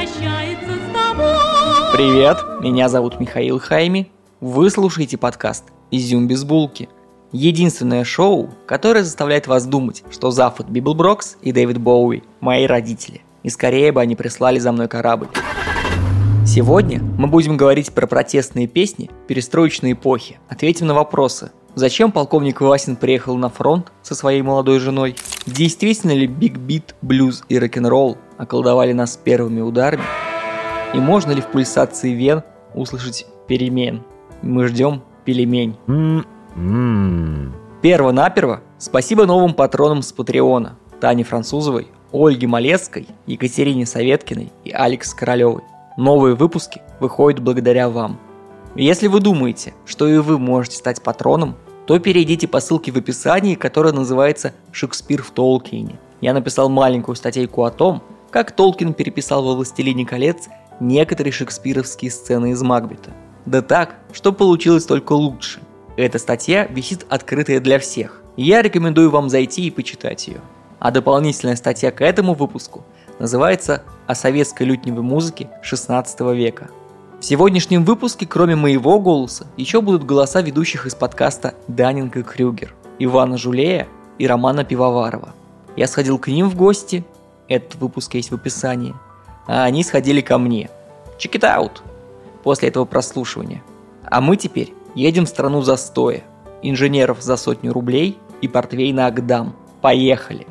прощается с тобой. Привет, меня зовут Михаил Хайми. Вы слушаете подкаст «Изюм без булки». Единственное шоу, которое заставляет вас думать, что Зафот Библброкс и Дэвид Боуи – мои родители. И скорее бы они прислали за мной корабль. Сегодня мы будем говорить про протестные песни перестроечной эпохи. Ответим на вопросы. Зачем полковник Васин приехал на фронт со своей молодой женой? Действительно ли биг-бит, блюз и рок-н-ролл околдовали нас первыми ударами? И можно ли в пульсации вен услышать перемен? Мы ждем пельмень. Перво-наперво спасибо новым патронам с Патреона: Тане Французовой, Ольге Малецкой, Екатерине Советкиной и Алекс Королевой. Новые выпуски выходят благодаря вам. Если вы думаете, что и вы можете стать патроном, то перейдите по ссылке в описании, которая называется «Шекспир в Толкине». Я написал маленькую статейку о том, как Толкин переписал во «Властелине колец» некоторые шекспировские сцены из Макбета. Да так, что получилось только лучше. Эта статья висит открытая для всех, и я рекомендую вам зайти и почитать ее. А дополнительная статья к этому выпуску называется «О советской лютневой музыке XVI века». В сегодняшнем выпуске, кроме моего голоса, еще будут голоса ведущих из подкаста Даннинг и Крюгер, Ивана Жулея и Романа Пивоварова. Я сходил к ним в гости, этот выпуск есть в описании, а они сходили ко мне. Check it out! После этого прослушивания. А мы теперь едем в страну застоя, инженеров за 100 рублей и портвейна Агдам. Поехали!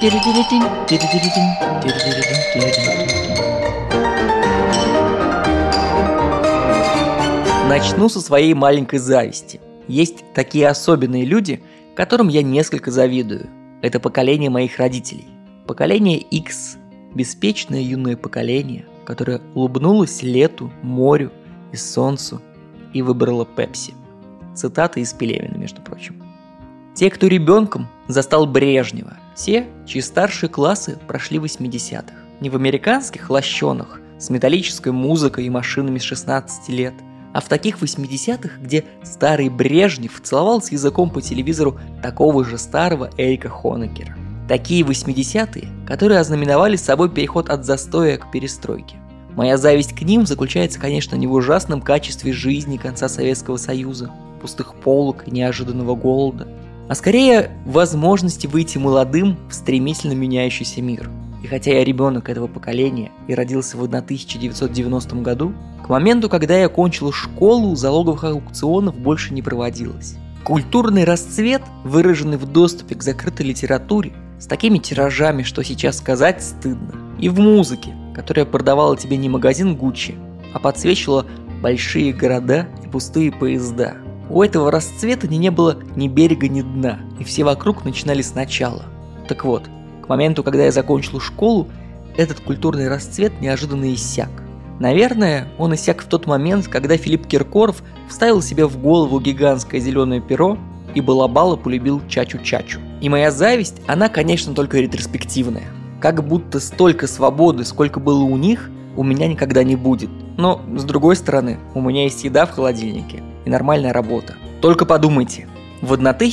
Начну со своей маленькой зависти. Есть такие особенные люди, которым я несколько завидую. Это поколение моих родителей. Поколение X. Беспечное юное поколение, которое улыбнулось лету, морю и солнцу и выбрало Пепси. Цитата из Пелевина, между прочим. Те, кто ребенком застал Брежнева. Те, чьи старшие классы прошли в 80-х. Не в американских лощенах с металлической музыкой и машинами с 16 лет, а в таких 80-х, где старый Брежнев целовал с языком по телевизору такого же старого Эрика Хонекера. Такие 80-е, которые ознаменовали собой переход от застоя к перестройке. Моя зависть к ним заключается, конечно, не в ужасном качестве жизни конца Советского Союза, пустых полок и неожиданного голода, а скорее в возможности выйти молодым в стремительно меняющийся мир. И хотя я ребенок этого поколения и родился в 1990 году, к моменту, когда я окончил школу, залоговых аукционов больше не проводилось. Культурный расцвет, выраженный в доступе к закрытой литературе, с такими тиражами, что сейчас сказать стыдно, и в музыке, которая продавала тебе не магазин Гуччи, а подсвечивала большие города и пустые поезда. У этого расцвета не было ни берега, ни дна, и все вокруг начинали сначала. Так вот, к моменту, когда я закончил школу, этот культурный расцвет неожиданно иссяк. Наверное, он иссяк в тот момент, когда Филипп Киркоров вставил себе в голову гигантское зеленое перо и балабала полюбил чачу-чачу. И моя зависть, она, конечно, только ретроспективная. Как будто столько свободы, сколько было у них, у меня никогда не будет. Но, с другой стороны, у меня есть еда в холодильнике и нормальная работа. Только подумайте, в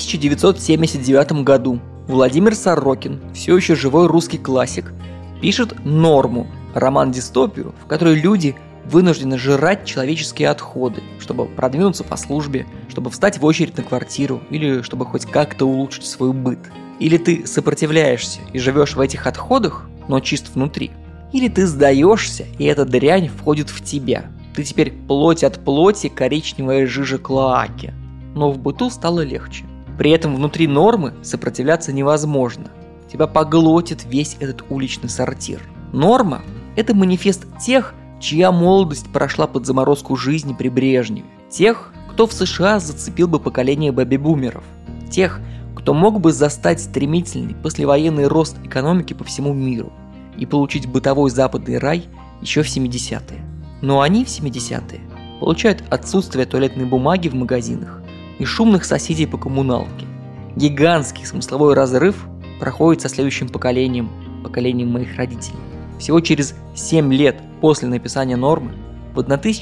1979 году Владимир Сорокин, все еще живой русский классик, пишет «Норму», роман-дистопию, в которой люди вынуждены жрать человеческие отходы, чтобы продвинуться по службе, чтобы встать в очередь на квартиру или чтобы хоть как-то улучшить свой быт. Или ты сопротивляешься и живешь в этих отходах, но чист внутри, или ты сдаешься, и эта дрянь входит в тебя. Ты теперь плоть от плоти, коричневая жижа клоаки. Но в быту стало легче. При этом внутри нормы сопротивляться невозможно. Тебя поглотит весь этот уличный сортир. Норма – это манифест тех, чья молодость прошла под заморозку жизни при Брежневе. Тех, кто в США зацепил бы поколение бэби-бумеров. Тех, кто мог бы застать стремительный послевоенный рост экономики по всему миру и получить бытовой западный рай еще в 70-е. Но они в 70-е получают отсутствие туалетной бумаги в магазинах и шумных соседей по коммуналке. Гигантский смысловой разрыв проходит со следующим поколением моих родителей. Всего через 7 лет после написания «Нормы» в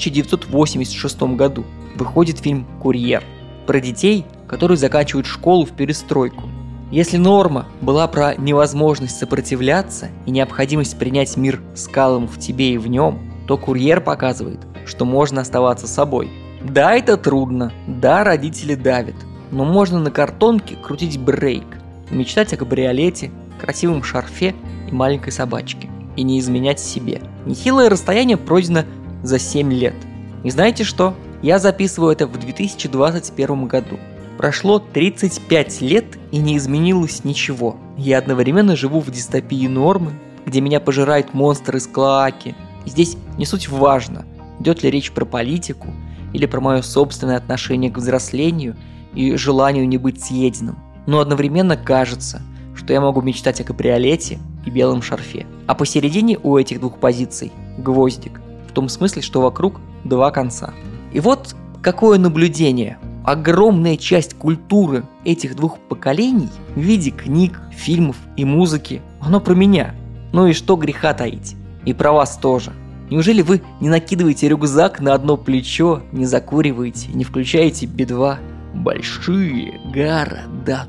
1986 году выходит фильм «Курьер» про детей, которые заканчивают школу в перестройку. Если «Норма» была про невозможность сопротивляться и необходимость принять мир скалом в тебе и в нем, то курьер показывает, что можно оставаться собой. Да, это трудно, да, родители давят, но можно на картонке крутить брейк, мечтать о кабриолете, красивом шарфе и маленькой собачке, и не изменять себе. Нехилое расстояние пройдено за 7 лет. И знаете что? Я записываю это в 2021 году. Прошло 35 лет и не изменилось ничего. Я одновременно живу в дистопии нормы, где меня пожирает монстр из клоаки. И здесь не суть важно, идет ли речь про политику или про мое собственное отношение к взрослению и желанию не быть съеденным. Но одновременно кажется, что я могу мечтать о кабриолете и белом шарфе. А посередине у этих двух позиций гвоздик, в том смысле, что вокруг два конца. И вот какое наблюдение. Огромная часть культуры этих двух поколений в виде книг, фильмов и музыки, оно про меня. Ну и что греха таить? И про вас тоже. Неужели вы не накидываете рюкзак на одно плечо, не закуриваете, не включаете Би-2? Большие города.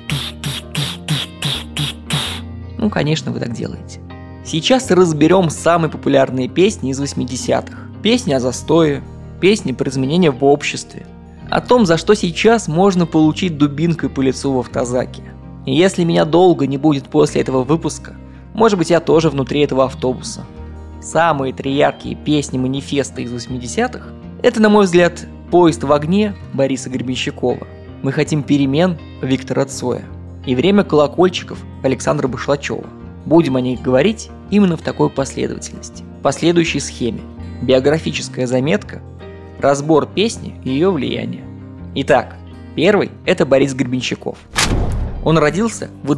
Ну, конечно, вы так делаете. Сейчас разберем самые популярные песни из 80-х. Песни о застое, песни про изменения в обществе, о том, за что сейчас можно получить дубинкой по лицу в автозаке. И если меня долго не будет после этого выпуска, может быть, я тоже внутри этого автобуса. Самые три яркие песни-манифесты из 80-х – это, на мой взгляд, «Поезд в огне» Бориса Гребенщикова, «Мы хотим перемен» Виктора Цоя и «Время колокольчиков» Александра Башлачева. Будем о них говорить именно в такой последовательности, по следующей схеме. Биографическая заметка, разбор песни и ее влияние. Итак, первый – это Борис Гребенщиков. Он родился в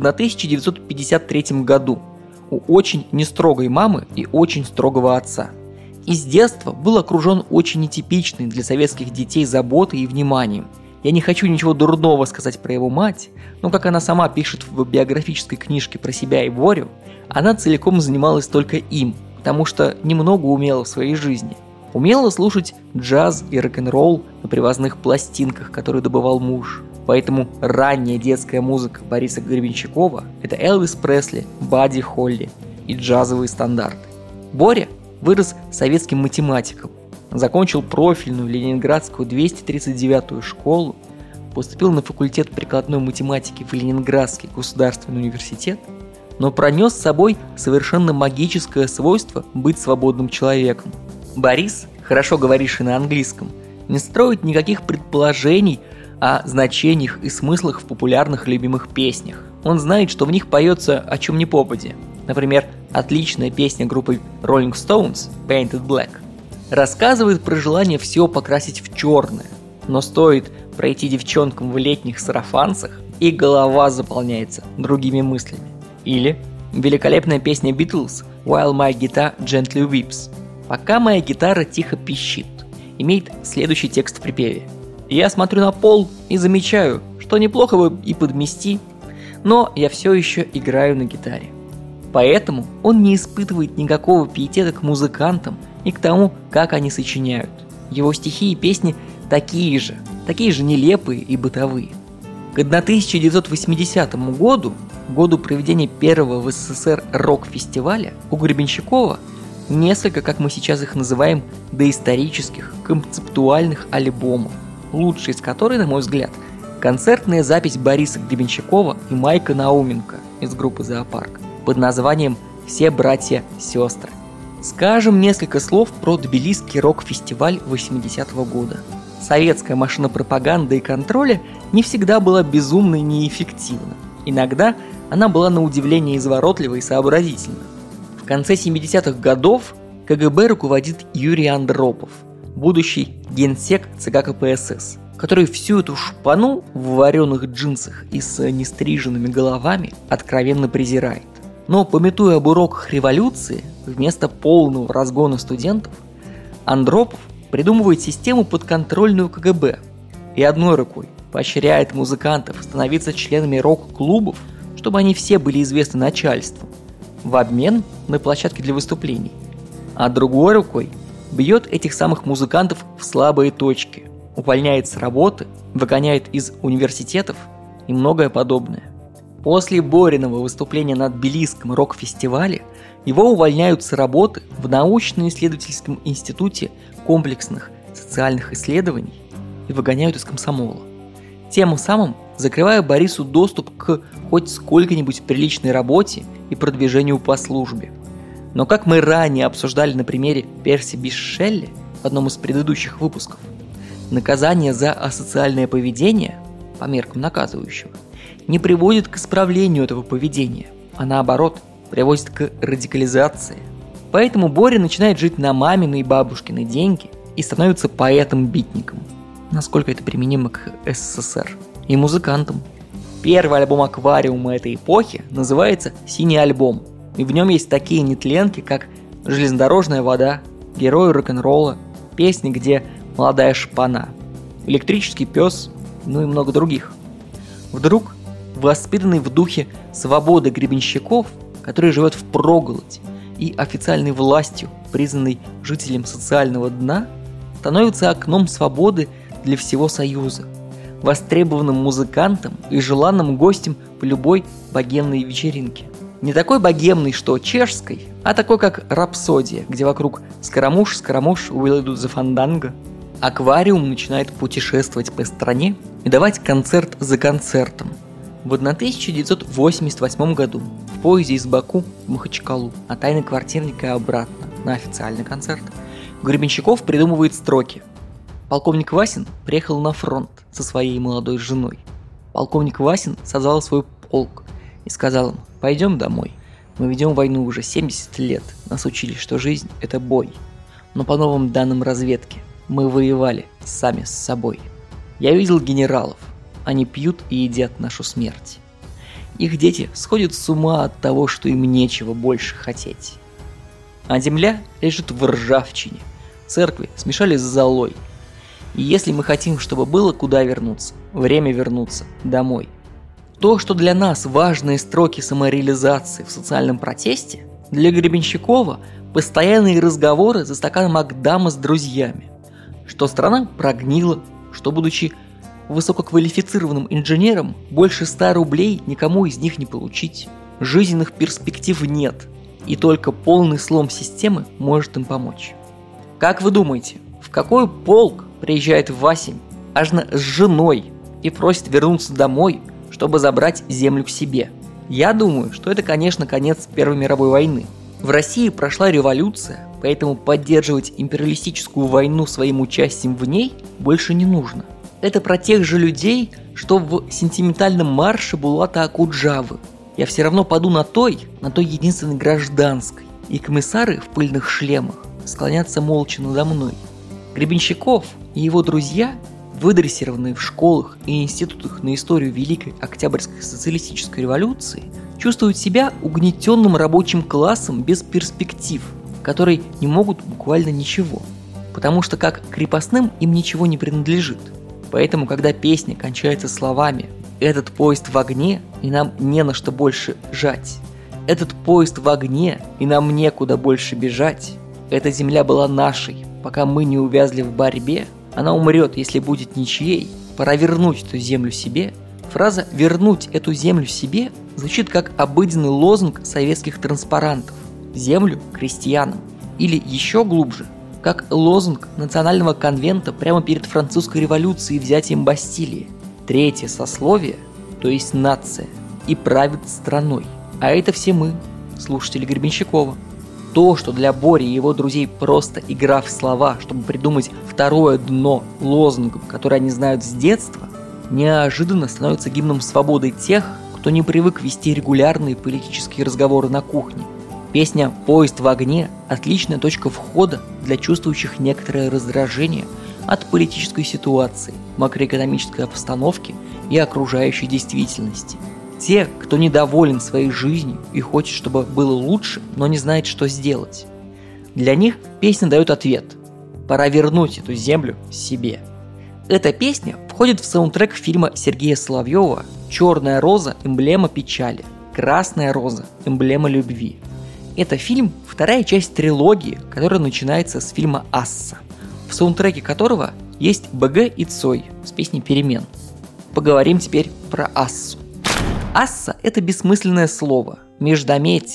1953 году у очень нестрогой мамы и очень строгого отца. И с детства был окружен очень нетипичной для советских детей заботой и вниманием. Я не хочу ничего дурного сказать про его мать, но как она сама пишет в биографической книжке про себя и Борю, она целиком занималась только им, потому что немного умела в своей жизни. Умела слушать джаз и рок-н-ролл на привозных пластинках, которые добывал муж. Поэтому ранняя детская музыка Бориса Гребенщикова – это Элвис Пресли, Бадди Холли и джазовые стандарты. Боря вырос советским математиком, закончил профильную ленинградскую 239-ю школу, поступил на факультет прикладной математики в Ленинградский государственный университет, но пронес с собой совершенно магическое свойство быть свободным человеком. Борис, хорошо говоривший на английском, не строит никаких предположений о значениях и смыслах в популярных любимых песнях. Он знает, что в них поется о чем ни попадя. Например, отличная песня группы Rolling Stones «Painted Black» рассказывает про желание все покрасить в черное, но стоит пройти девчонкам в летних сарафанцах, и голова заполняется другими мыслями. Или великолепная песня Beatles «While my guitar gently weeps» «Пока моя гитара тихо пищит» имеет следующий текст в припеве. Я смотрю на пол и замечаю, что неплохо бы и подмести, но я все еще играю на гитаре. Поэтому он не испытывает никакого пиетета к музыкантам и к тому, как они сочиняют. Его стихи и песни такие же нелепые и бытовые. К 1980 году, году проведения первого в СССР рок-фестиваля, у Гребенщикова несколько, как мы сейчас их называем, доисторических, концептуальных альбомов, лучший из которых, на мой взгляд, концертная запись Бориса Гребенщикова и Майка Науменко из группы «Зоопарк» под названием «Все братья-сестры». Скажем несколько слов про Тбилисский рок-фестиваль 80-го года. Советская машина пропаганды и контроля не всегда была безумна и неэффективна. Иногда она была на удивление изворотлива и сообразительна. В конце 70-х годов КГБ руководит Юрий Андропов, будущий генсек ЦК КПСС, который всю эту шпану в вареных джинсах и с нестриженными головами откровенно презирает. Но, памятуя об уроках революции, вместо полного разгона студентов, Андропов придумывает систему подконтрольную КГБ и одной рукой поощряет музыкантов становиться членами рок-клубов, чтобы они все были известны начальству, в обмен на площадки для выступлений, а другой рукой бьет этих самых музыкантов в слабые точки, увольняет с работы, выгоняет из университетов и многое подобное. После Бориного выступления на Тбилисском рок-фестивале Его увольняют с работы в научно-исследовательском институте комплексных социальных исследований и выгоняют из комсомола. Тем самым закрывая Борису доступ к хоть сколько-нибудь приличной работе и продвижению по службе. Но как мы ранее обсуждали на примере Перси Bysshe Шелли в одном из предыдущих выпусков, наказание за асоциальное поведение, по меркам наказывающего, не приводит к исправлению этого поведения, а наоборот, приводит к радикализации. Поэтому Боря начинает жить на мамины и бабушкины деньги и становится поэтом-битником. Насколько это применимо к СССР. И музыкантом. Первый альбом «Аквариума» этой эпохи называется «Синий альбом». И в нем есть такие нетленки, как «Железнодорожная вода», «Герои рок-н-ролла», песни, где молодая шпана, «Электрический пес», ну и много других. Вдруг, воспитанный в духе свободы гребенщиков, который живет впроголодь и официальной властью, признанный жителем социального дна, становится окном свободы для всего Союза, востребованным музыкантом и желанным гостем в любой богемной вечеринке. Не такой богемной, что чешской, а такой, как «Рапсодия», где вокруг скоромуш, will идут за фанданго. Аквариум начинает путешествовать по стране и давать концерт за концертом. В 1988 году в поезде из Баку в Махачкалу, а тайный квартирник и обратно на официальный концерт, Гребенщиков придумывает строки. Полковник Васин приехал на фронт со своей молодой женой. Полковник Васин созвал свой полк и сказал им: «Пойдем домой. Мы ведем войну уже 70 лет. Нас учили, что жизнь – это бой. Но по новым данным разведки мы воевали сами с собой. Я видел генералов. Они пьют и едят нашу смерть. Их дети сходят с ума от того, что им нечего больше хотеть. А земля лежит в ржавчине. Церкви смешали с золой. И если мы хотим, чтобы было куда вернуться, время вернуться домой. То, что для нас важные строки самореализации в социальном протесте, для Гребенщикова постоянные разговоры за стаканом Агдама с друзьями. Что страна прогнила, что, будучи высококвалифицированным инженером, больше 100 рублей никому из них не получить. Жизненных перспектив нет, и только полный слом системы может им помочь. Как вы думаете, в какой полк приезжает Васень, аж с женой, и просит вернуться домой, чтобы забрать землю к себе? Я думаю, что это, конечно, конец Первой мировой войны. В России прошла революция, поэтому поддерживать империалистическую войну своим участием в ней больше не нужно. Это про тех же людей, что в сентиментальном марше Булата Акуджавы. Я все равно паду на той единственной гражданской, и комиссары в пыльных шлемах склонятся молча надо мной. Гребенщиков и его друзья, выдрессированные в школах и институтах на историю Великой Октябрьской социалистической революции, чувствуют себя угнетенным рабочим классом без перспектив, которые не могут буквально ничего, потому что как крепостным им ничего не принадлежит. Поэтому, когда песня кончается словами «Этот поезд в огне, и нам не на что больше жать», «Этот поезд в огне, и нам некуда больше бежать», «Эта земля была нашей, пока мы не увязли в борьбе», «Она умрет, если будет ничьей», «Пора вернуть эту землю себе», фраза «вернуть эту землю себе» звучит как обыденный лозунг советских транспарантов «Землю крестьянам». Или еще глубже, как лозунг национального конвента прямо перед французской революцией и взятием Бастилии. Третье сословие, то есть нация, и правит страной. А это все мы, слушатели Гребенщикова. То, что для Бори и его друзей просто игра в слова, чтобы придумать второе дно лозунгом, который они знают с детства, неожиданно становится гимном свободы тех, кто не привык вести регулярные политические разговоры на кухне. Песня «Поезд в огне» – отличная точка входа для чувствующих некоторое раздражение от политической ситуации, макроэкономической обстановки и окружающей действительности. Те, кто недоволен своей жизнью и хочет, чтобы было лучше, но не знает, что сделать. Для них песня дает ответ – пора вернуть эту землю себе. Эта песня входит в саундтрек фильма Сергея Соловьева «Черная роза – эмблема печали, красная роза – эмблема любви». Это фильм – вторая часть трилогии, которая начинается с фильма «Асса», в саундтреке которого есть БГ и Цой с песней «Перемен». Поговорим теперь про Ассу. Асса – это бессмысленное слово, междометие,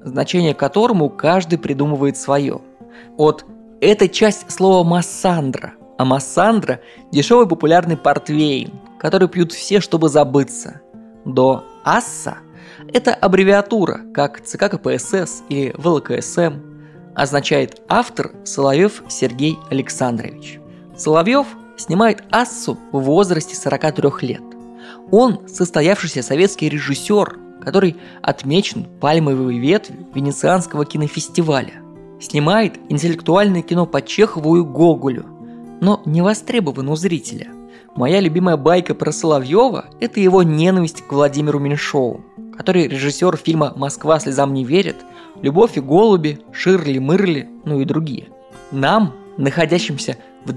значение которому каждый придумывает свое. От «это часть слова «массандра», а массандра – дешевый популярный портвейн, который пьют все, чтобы забыться, до «асса» – это аббревиатура, как ЦК КПСС или ВЛКСМ, означает автор Соловьев Сергей Александрович. Соловьев снимает «Ассу» в возрасте 43 лет. Он состоявшийся советский режиссер, который отмечен пальмовой ветвью Венецианского кинофестиваля. Снимает интеллектуальное кино по Чехову и Гоголю, но не востребован у зрителя. Моя любимая байка про Соловьева – это его ненависть к Владимиру Меньшову, который режиссер фильма «Москва слезам не верит», «Любовь и голуби», «Ширли-мырли», ну и другие. Нам, находящимся в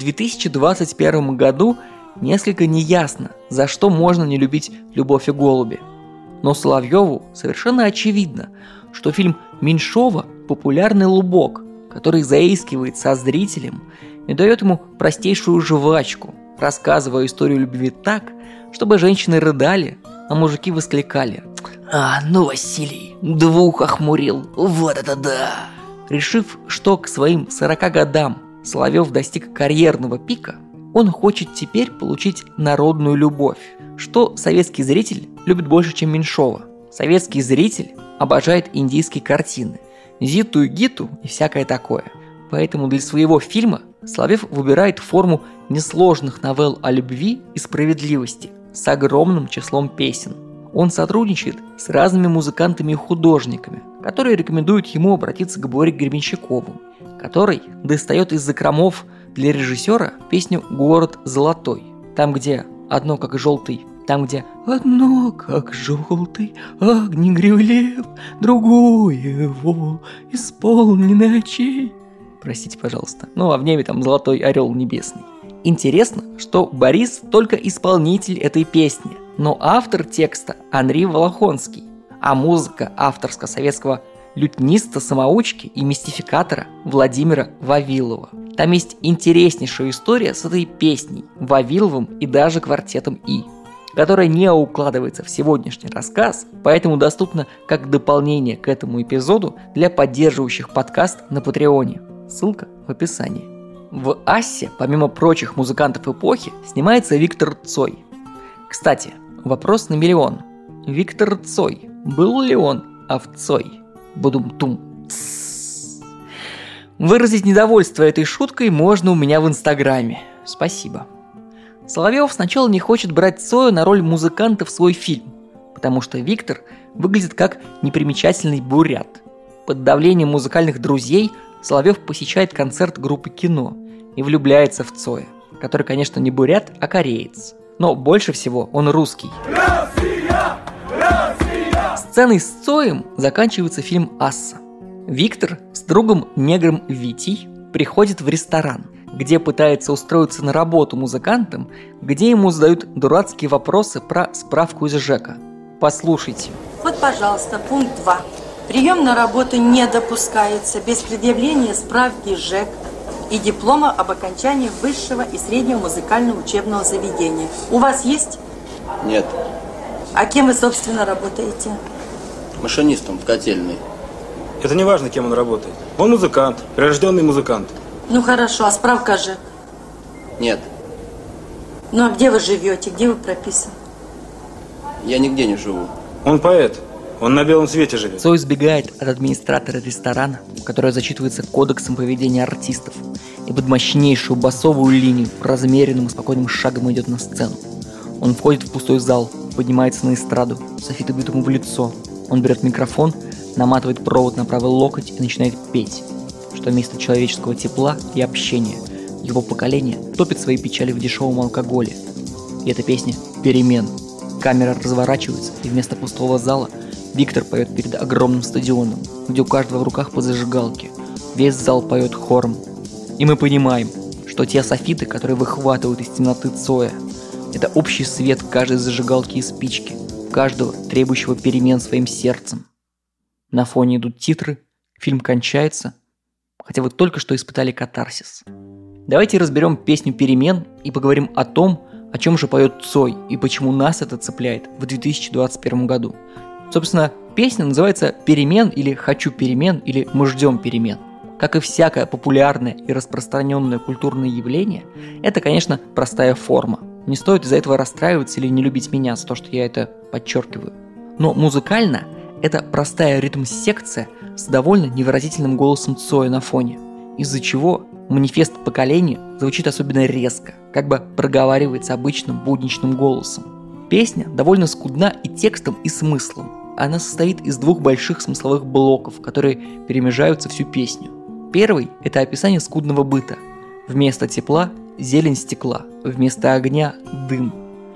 2021 году, несколько неясно, за что можно не любить «Любовь и голуби». Но Соловьеву совершенно очевидно, что фильм Меньшова – популярный лубок, который заискивает со зрителем и дает ему простейшую жвачку, рассказывая историю любви так, чтобы женщины рыдали, а мужики воскликали: «А, ну Василий, двух охмурил, вот это да!» Решив, что к своим 40 годам Соловьев достиг карьерного пика, он хочет теперь получить народную любовь, что советский зритель любит больше, чем Меньшова. Советский зритель обожает индийские картины, Зиту и Гиту и всякое такое. Поэтому для своего фильма Соловьев выбирает форму несложных новелл о любви и справедливости с огромным числом песен. Он сотрудничает с разными музыкантами и художниками, которые рекомендуют ему обратиться к Боре Гребенщикову, который достает из закромов для режиссера песню «Город золотой», там, где одно как желтый, там, где одно как желтый огнегрев, другое его исполнено очей. Простите, пожалуйста. Ну, а в небе там золотой орел небесный. Интересно, что Борис только исполнитель этой песни, но автор текста Анри Волохонский, а музыка авторско-советского лютниста-самоучки и мистификатора Владимира Вавилова. Там есть интереснейшая история с этой песней, Вавиловым и даже квартетом И, которая не укладывается в сегодняшний рассказ, поэтому доступна как дополнение к этому эпизоду для поддерживающих подкаст на Патреоне. Ссылка в описании. В «Ассе», помимо прочих музыкантов эпохи, снимается Виктор Цой. Кстати, вопрос на миллион. Виктор Цой, был ли он овцой? Будум-тум. Выразить недовольство этой шуткой можно у меня в Инстаграме. Спасибо. Соловьев сначала не хочет брать Цоя на роль музыканта в свой фильм, потому что Виктор выглядит как непримечательный бурят. Под давлением музыкальных друзей Соловьев посещает концерт группы «Кино» и влюбляется в Цоя, который, конечно, не бурят, а кореец. Но больше всего он русский. Россия! Россия! Сценой с Цоем заканчивается фильм «Асса». Виктор с другом-негром Витей приходит в ресторан, где пытается устроиться на работу музыкантом, где ему задают дурацкие вопросы про справку из ЖЭКа. Послушайте. Вот, пожалуйста, пункт 2. Прием на работу не допускается без предъявления справки из ЖЭК и диплома об окончании высшего и среднего музыкального учебного заведения. У вас есть? Нет. А кем вы, собственно, работаете? Машинистом в котельной. Это не важно, кем он работает. Он музыкант, прирожденный музыкант. Ну хорошо, а справка ЖЭК? Нет. Ну а где вы живете, где вы прописаны? Я нигде не живу. Он поэт. Он на белом свете живет. Цой сбегает от администратора ресторана, которая зачитывается кодексом поведения артистов, и под мощнейшую басовую линию размеренным и спокойным шагом идет на сцену. Он входит в пустой зал, поднимается на эстраду, софиты бьют ему в лицо. Он берет микрофон, наматывает провод на правый локоть и начинает петь, что вместо человеческого тепла и общения его поколение топит свои печали в дешевом алкоголе. И эта песня «Перемен». Камера разворачивается, и вместо пустого зала Виктор поет перед огромным стадионом, где у каждого в руках по зажигалке. Весь зал поет хором. И мы понимаем, что те софиты, которые выхватывают из темноты Цоя, это общий свет каждой зажигалки и спички, каждого требующего перемен своим сердцем. На фоне идут титры, фильм кончается, хотя вы только что испытали катарсис. Давайте разберем песню «Перемен» и поговорим о том, о чем же поет Цой и почему нас это цепляет в 2021 году. Собственно, песня называется «Перемен» или «Хочу перемен» или «Мы ждем перемен». Как и всякое популярное и распространенное культурное явление, это, конечно, простая форма. Не стоит из-за этого расстраиваться или не любить меня за то, что я это подчеркиваю. Но музыкально это простая ритм-секция с довольно невыразительным голосом Цоя на фоне, из-за чего манифест поколения звучит особенно резко, как бы проговаривается обычным будничным голосом. Песня довольно скудна и текстом, и смыслом. Она состоит из двух больших смысловых блоков, которые перемежаются всю песню. Первый – это описание скудного быта. Вместо тепла – зелень стекла, вместо огня – дым.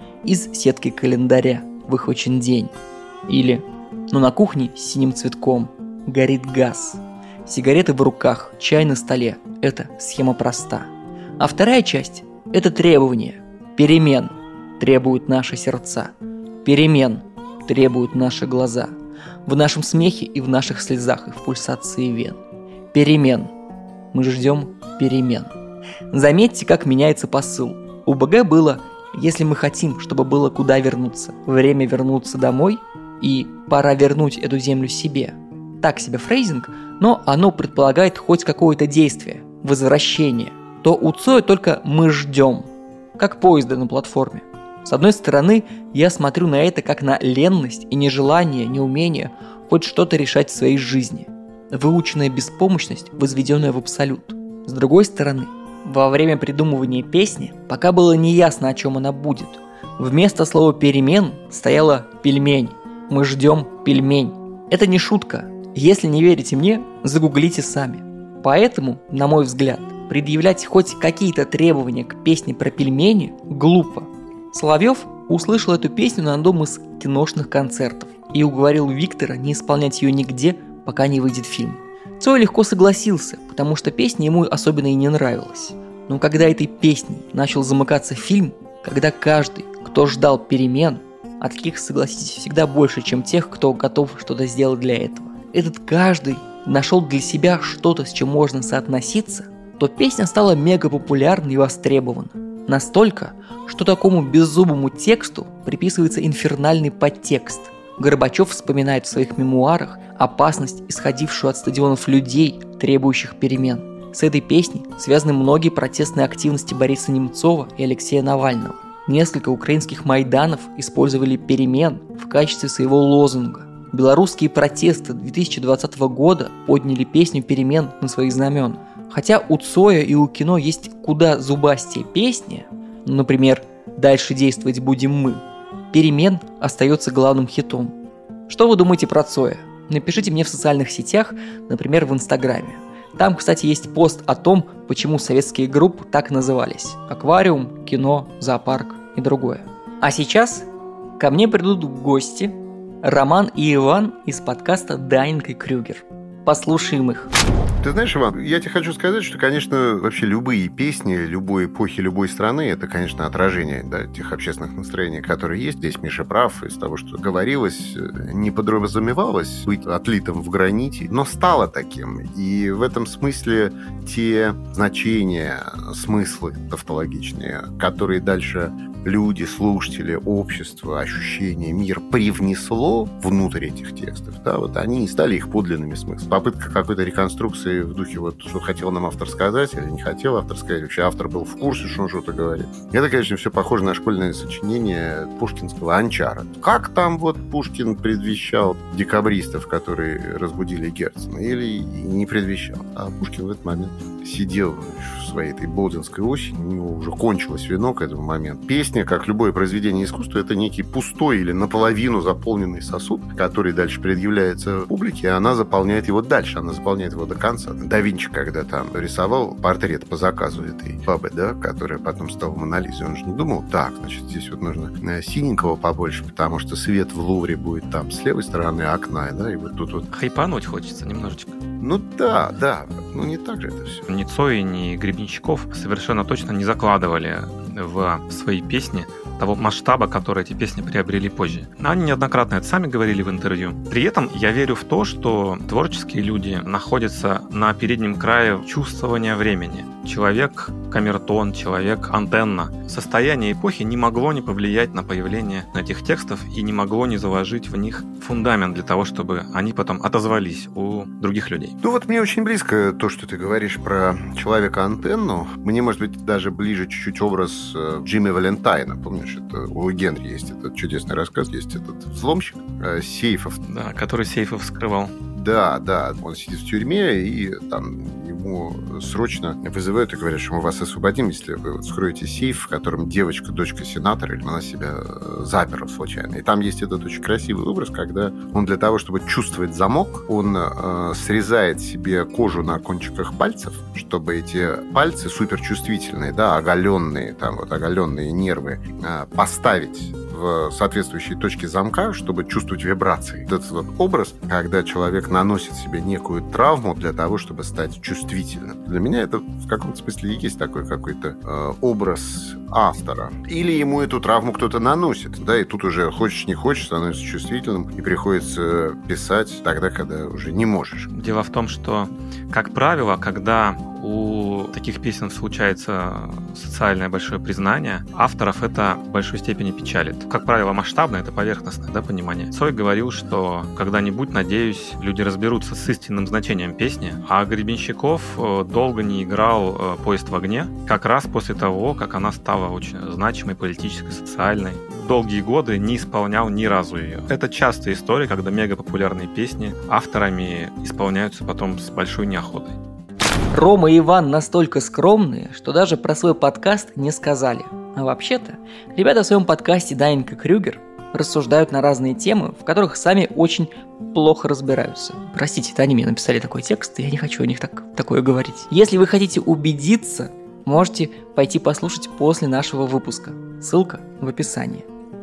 Из сетки календаря выхвачен день. Или «Но на кухне с синим цветком горит газ. Сигареты в руках, чай на столе – это схема проста». А вторая часть – это требование. Перемен требуют наши сердца. Перемен требуют наши глаза. В нашем смехе и в наших слезах, и в пульсации вен. Перемен. Мы ждем перемен. Заметьте, как меняется посыл. У БГ было «Если мы хотим, чтобы было куда вернуться, время вернуться домой» и «Пора вернуть эту землю себе». Так себе фрейзинг, но оно предполагает хоть какое-то действие, возвращение. То у Цоя только «мы ждем», как поезда на платформе. С одной стороны, я смотрю на это как на ленность и нежелание, неумение хоть что-то решать в своей жизни. Выученная беспомощность, возведенная в абсолют. С другой стороны, во время придумывания песни пока было неясно, о чем она будет. Вместо слова «перемен» стояло «пельмень». Мы ждем пельмень. Это не шутка. Если не верите мне, загуглите сами. Поэтому, на мой взгляд, предъявлять хоть какие-то требования к песне про пельмени глупо. Соловьев услышал эту песню на одном из киношных концертов и уговорил Виктора не исполнять ее нигде, пока не выйдет фильм. Цой легко согласился, потому что песня ему особенно и не нравилась. Но когда этой песней начал замыкаться фильм, когда каждый, кто ждал перемен, а таких, согласитесь, всегда больше, чем тех, кто готов что-то сделать для этого, этот каждый нашел для себя что-то, с чем можно соотноситься, то песня стала мега популярной и востребована. Настолько, что такому беззубому тексту приписывается инфернальный подтекст. Горбачев вспоминает в своих мемуарах опасность, исходившую от стадионов людей, требующих перемен. С этой песней связаны многие протестные активности Бориса Немцова и Алексея Навального. Несколько украинских майданов использовали перемен в качестве своего лозунга. Белорусские протесты 2020 года подняли песню «Перемен» на свои знамена. Хотя у Цоя и у кино есть куда зубастее песни, например, «Дальше действовать будем мы», «Перемен» остается главным хитом. Что вы думаете про Цоя? Напишите мне в социальных сетях, например, в Инстаграме. Там, кстати, есть пост о том, почему советские группы так назывались: «Аквариум», «Кино», «Зоопарк» и другое. А сейчас ко мне придут гости Роман и Иван из подкаста «Данинг и Крюгер». Послушаем их. Ты знаешь, Иван, я тебе хочу сказать, что, конечно, вообще любые песни любой эпохи, любой страны, это, конечно, отражение, да, тех общественных настроений, которые есть. Здесь Миша прав, из того, что говорилось, не подразумевалось быть отлитым в граните, но стало таким. И в этом смысле те значения, смыслы тавтологичные, которые дальше люди, слушатели, общество, ощущение, мир привнесло внутрь этих текстов, да, вот они и стали их подлинными смыслами. Попытка какой-то реконструкции в духе вот, что хотел нам автор сказать или не хотел автор сказать, вообще автор был в курсе, что он что-то говорит. Это, конечно, все похоже на школьное сочинение пушкинского «Анчара». Как там вот Пушкин предвещал декабристов, которые разбудили Герцена, или не предвещал? А Пушкин в этот момент сидел в своей этой боденской осени, у него уже кончилось вино к этому моменту. Песня, как любое произведение искусства, это некий пустой или наполовину заполненный сосуд, который дальше предъявляется публике, и она заполняет его дальше, она заполняет его до конца. Да Винчи, когда там рисовал портрет по заказу этой бабы, да, которая потом стала Монолизой, он же не думал, так, значит, здесь вот нужно синенького побольше, потому что свет в Лувре будет там с левой стороны окна, да, и вот тут вот... Хайпануть хочется немножечко. Ну да, ну не так же это все. Ни Цой, ни Гребенщиков совершенно точно не закладывали в свои песни того масштаба, который эти песни приобрели позже. Они неоднократно это сами говорили в интервью. При этом я верю в то, что творческие люди находятся на переднем крае чувствования времени. Человек камертон, человек антенна. Состояние эпохи не могло не повлиять на появление этих текстов и не могло не заложить в них фундамент для того, чтобы они потом отозвались у других людей. Ну вот мне очень близко то, что ты говоришь про человека-антенну. Мне, может быть, даже ближе чуть-чуть образ Джимми Валентайна. Помнишь, это у Генри есть этот чудесный рассказ, есть этот взломщик сейфов. Да, который сейфы вскрывал. Да, он сидит в тюрьме, и там ему срочно вызывают и говорят, что мы вас освободим, если вы вот вскроете сейф, в котором девочка, дочка сенатора, или она себя заперла случайно. И там есть этот очень красивый образ, когда он для того, чтобы чувствовать замок, он срезает себе кожу на кончиках пальцев, чтобы эти пальцы суперчувствительные, да, оголенные, там вот оголенные нервы поставить в соответствующей точке замка, чтобы чувствовать вибрации. Этот вот образ, когда человек наносит себе некую травму для того, чтобы стать чувствительным. Для меня это в каком-то смысле и есть такой какой-то образ автора. Или ему эту травму кто-то наносит, да, и тут уже хочешь не хочешь, становишься чувствительным, и приходится писать тогда, когда уже не можешь. Дело в том, что, как правило, когда у таких песен случается социальное большое признание, авторов это в большой степени печалит. Как правило, масштабное, это поверхностное, да, понимание. Цой говорил, что когда-нибудь, надеюсь, люди разберутся с истинным значением песни, а Гребенщиков долго не играл «Поезд в огне», как раз после того, как она стала очень значимой, политической, социальной. Долгие годы не исполнял ни разу ее. Это частая история, когда мегапопулярные песни авторами исполняются потом с большой неохотой. Рома и Иван настолько скромные, что даже про свой подкаст не сказали. А вообще-то, ребята в своем подкасте «Дайнека Крюгер» рассуждают на разные темы, в которых сами очень плохо разбираются. Простите, это они мне написали такой текст, и я не хочу о них такое говорить. Если вы хотите убедиться, можете пойти послушать после нашего выпуска. Ссылка в описании.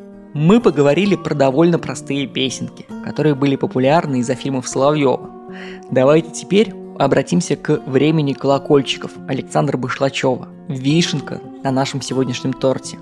Мы поговорили про довольно простые песенки, которые были популярны из-за фильмов Соловьева. Давайте теперь обратимся к времени колокольчиков Александра Бышлачева. Вишенка на нашем сегодняшнем торте.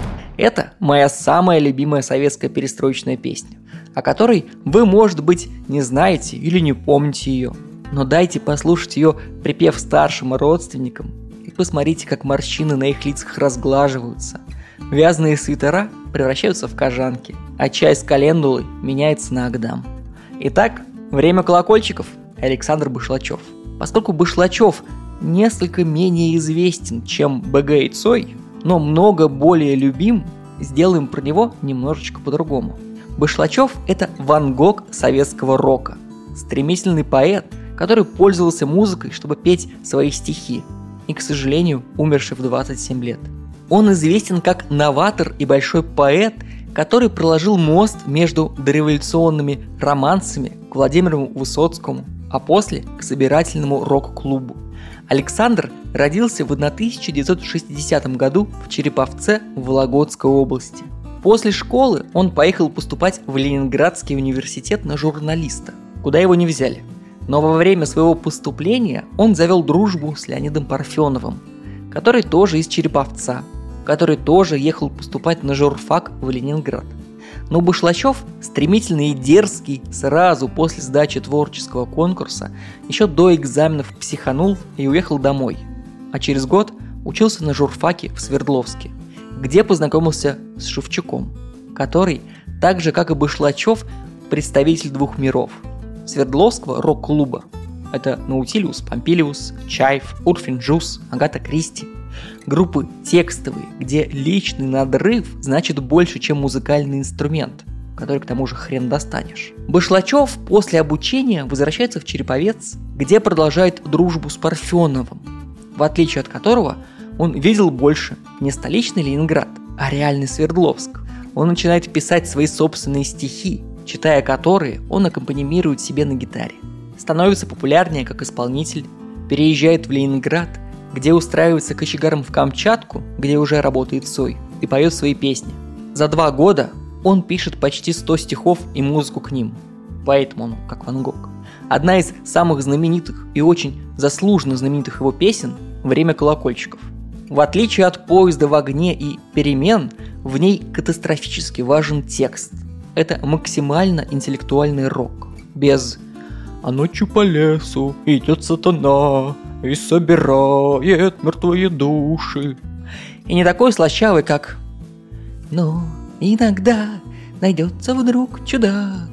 Это моя самая любимая советская перестроечная песня, о которой вы, может быть, не знаете или не помните ее. Но дайте послушать ее припев старшим родственникам, и посмотрите, как морщины на их лицах разглаживаются. Вязаные свитера превращаются в кожанки, а чай с календулой меняется на агдам. Итак, время колокольчиков. Александр Бышлачев. Поскольку Бышлачев несколько менее известен, чем БГ и Цой, но много более любим, сделаем про него немножечко по-другому. Бышлачев – это Ван Гог советского рока. Стремительный поэт, который пользовался музыкой, чтобы петь свои стихи, и, к сожалению, умерший в 27 лет. Он известен как новатор и большой поэт, который проложил мост между дореволюционными романсами к Владимиру Высоцкому, а после к собирательному рок-клубу. Александр родился в 1960 году в Череповце в Вологодской области. После школы он поехал поступать в Ленинградский университет на журналиста, куда его не взяли. Но во время своего поступления он завел дружбу с Леонидом Парфеновым, который тоже из Череповца, который тоже ехал поступать на журфак в Ленинград. Но Бышлачев, стремительный и дерзкий, сразу после сдачи творческого конкурса, еще до экзаменов психанул и уехал домой. А через год учился на журфаке в Свердловске, где познакомился с Шевчуком, который, так же как и Бышлачев, представитель двух миров – Свердловского рок-клуба. Это Наутилиус, Помпилиус, Чайф, Урфин Джюс, Агата Кристи. Группы текстовые, где личный надрыв значит больше, чем музыкальный инструмент, который к тому же хрен достанешь. Бышлачев после обучения возвращается в Череповец, где продолжает дружбу с Парфеновым, в отличие от которого он видел больше не столичный Ленинград, а реальный Свердловск. Он начинает писать свои собственные стихи, читая которые он аккомпанирует себе на гитаре. Становится популярнее как исполнитель, переезжает в Ленинград, где устраивается кочегаром в Камчатку, где уже работает Цой, и поет свои песни. За 2 года он пишет почти 100 стихов и музыку к ним, поэтому он как Ван Гог. Одна из самых знаменитых и очень заслуженно знаменитых его песен – «Время колокольчиков». В отличие от «Поезда в огне» и «Перемен», В ней катастрофически важен текст. Это максимально интеллектуальный рок. Без «А ночью по лесу идет сатана и собирает мертвые души». И не такой слащавый, как «Но иногда найдется вдруг чудак,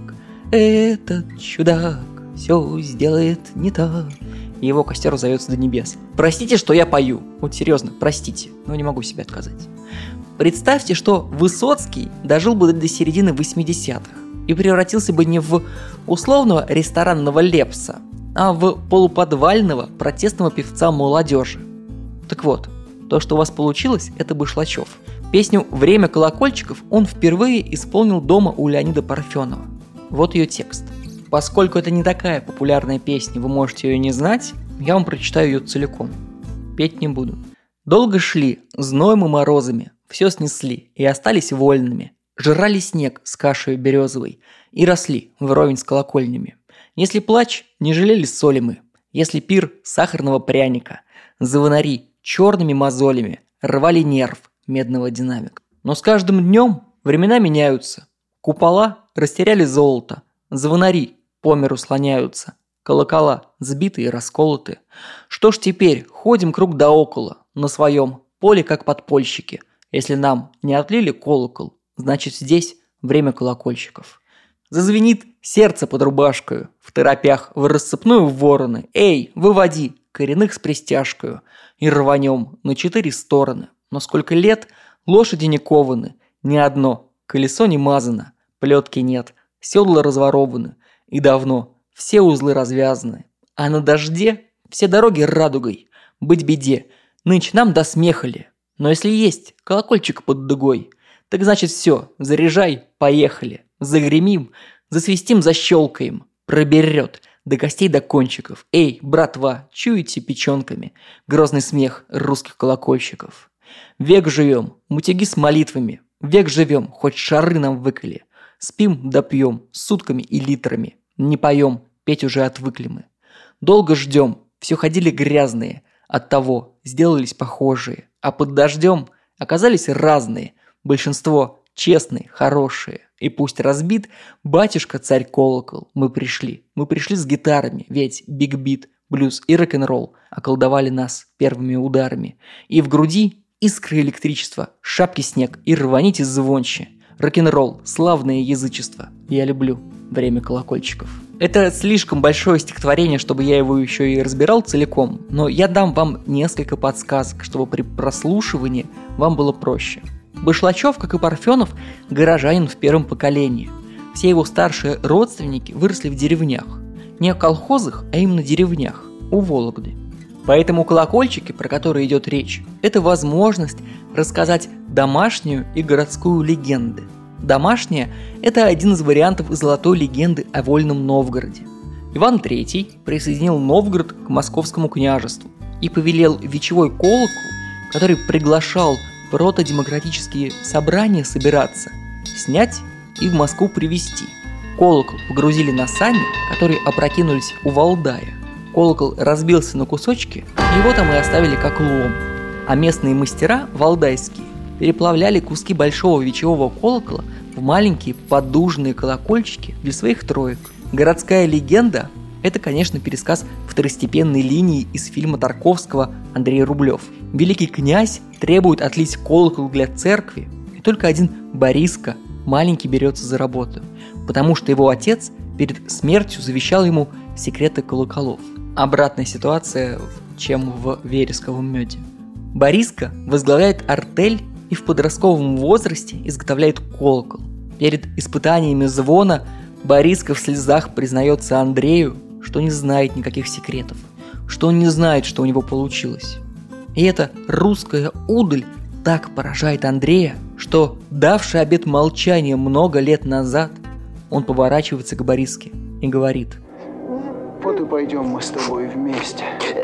этот чудак все сделает не так». Его костер зовется до небес. Простите, что я пою. Вот серьезно, простите, но не могу себе отказать. Представьте, что Высоцкий дожил бы до середины 80-х и превратился бы не в условного ресторанного лепса, а в полуподвального протестного певца молодежи. Так вот, то, что у вас получилось, это Башлачев. Песню «Время колокольчиков» он впервые исполнил дома у Леонида Парфенова. Вот ее текст. Поскольку это не такая популярная песня, вы можете ее не знать, я вам прочитаю ее целиком. Петь не буду. Долго шли, зноем и морозами, все снесли и остались вольными. Жрали снег с кашей березовой и росли вровень с колокольнями. Если плач, не жалели соли мы. Если пир, сахарного пряника. Звонари черными мозолями рвали нерв медного динамика. Но с каждым днем времена меняются. Купола растеряли золото. Звонари по миру слоняются. Колокола сбиты и расколоты. Что ж теперь, ходим круг да около, на своем поле как подпольщики. Если нам не отлили колокол, значит здесь время колокольчиков. Зазвенит сердце под рубашкою, в торопях в рассыпную вороны. Эй, выводи коренных с пристяжкою, и рванем на 4 стороны. Но сколько лет лошади не кованы, ни одно колесо не мазано, плетки нет, седла разворованы, и давно все узлы развязаны. А на дожде все дороги радугой, быть беде, нынче нам до смеха ли. Но если есть колокольчик под дугой, так значит все, заряжай, поехали. Загремим, засвистим, защелкаем, проберет до костей до кончиков. Эй, братва, чуете печенками грозный смех русских колокольчиков. Век живем, мутяги с молитвами, век живем, хоть шары нам выколи. Спим да пьем сутками и литрами, не поем, петь уже отвыкли мы. Долго ждем, все ходили грязные, оттого сделались похожие, а под дождем оказались разные, большинство честные, хорошие. И пусть разбит батюшка царь колокол, мы пришли с гитарами, ведь биг-бит, блюз и рок-н-ролл околдовали нас первыми ударами. И в груди искры электричества, шапки снег и рваните звонче. Рок-н-ролл, славное язычество, я люблю время колокольчиков. Это слишком большое стихотворение, чтобы я его еще и разбирал целиком, но я дам вам несколько подсказок, чтобы при прослушивании вам было проще. Башлачев, как и Парфенов, горожанин в первом поколении. Все его старшие родственники выросли в деревнях. Не в колхозах, а именно деревнях, у Вологды. Поэтому колокольчики, про которые идет речь, это возможность рассказать домашнюю и городскую легенды. Домашняя – это один из вариантов золотой легенды о Вольном Новгороде. Иван III присоединил Новгород к Московскому княжеству и повелел вечевой колокол, который приглашал протодемократические собрания собираться, снять и в Москву привезти. Колокол погрузили на сани, которые опрокинулись у Валдая. Колокол разбился на кусочки, его там и оставили как лом. А местные мастера, валдайские, переплавляли куски большого вечевого колокола в маленькие поддужные колокольчики для своих троек. Городская легенда – это, конечно, пересказ второстепенной линии из фильма Тарковского «Андрей Рублев». Великий князь требует отлить колокол для церкви, и только один Бориска, маленький, берется за работу, потому что его отец перед смертью завещал ему секреты колоколов. Обратная ситуация, чем в вересковом меде. Бориска возглавляет артель и в подростковом возрасте изготовляет колокол. Перед испытаниями звона Бориска в слезах признается Андрею, что не знает никаких секретов, что он не знает, что у него получилось. И эта русская удаль так поражает Андрея, что, давший обет молчания много лет назад, он поворачивается к Бориске и говорит: «Вот и пойдем мы с тобой вместе.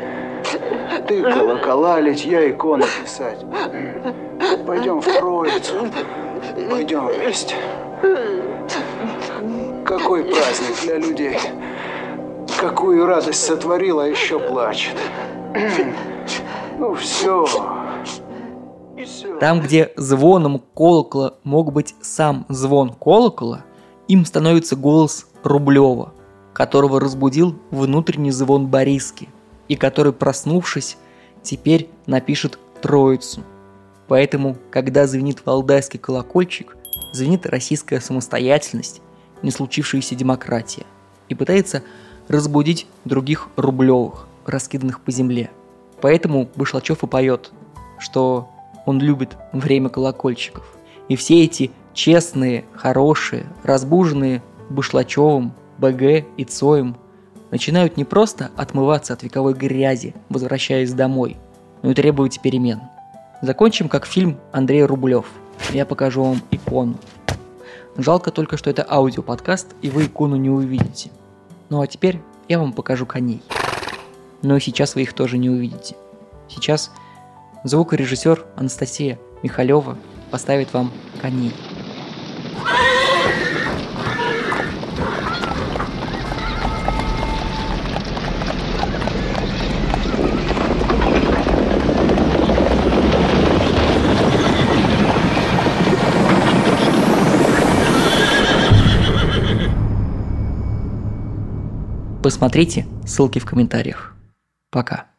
Ты колокола лить, я иконы писать. Пойдем в Троицу, пойдем вместе. Какой праздник для людей, какую радость сотворила, а еще плачет. Ну все, несешь? Там, где звоном колокола мог быть сам звон колокола, им становится голос Рублева, которого разбудил внутренний звон Бориски, и который, проснувшись, теперь напишет Троицу. Поэтому, когда звенит валдайский колокольчик, звенит российская самостоятельность, не случившаяся демократия, и пытается разбудить других Рублевых, раскиданных по земле. Поэтому Башлачев и поет, что он любит время колокольчиков. И все эти честные, хорошие, разбуженные Башлачевым, БГ и Цоем начинают не просто отмываться от вековой грязи, возвращаясь домой, но и требуют перемен. Закончим как фильм Андрей Рублев. Я покажу вам икону. Жалко только, что это аудиоподкаст, и вы икону не увидите. Ну а теперь я вам покажу коней. Но и сейчас вы их тоже не увидите. Сейчас звукорежиссер Анастасия Михалева поставит вам коней. Посмотрите ссылки в комментариях. Пока.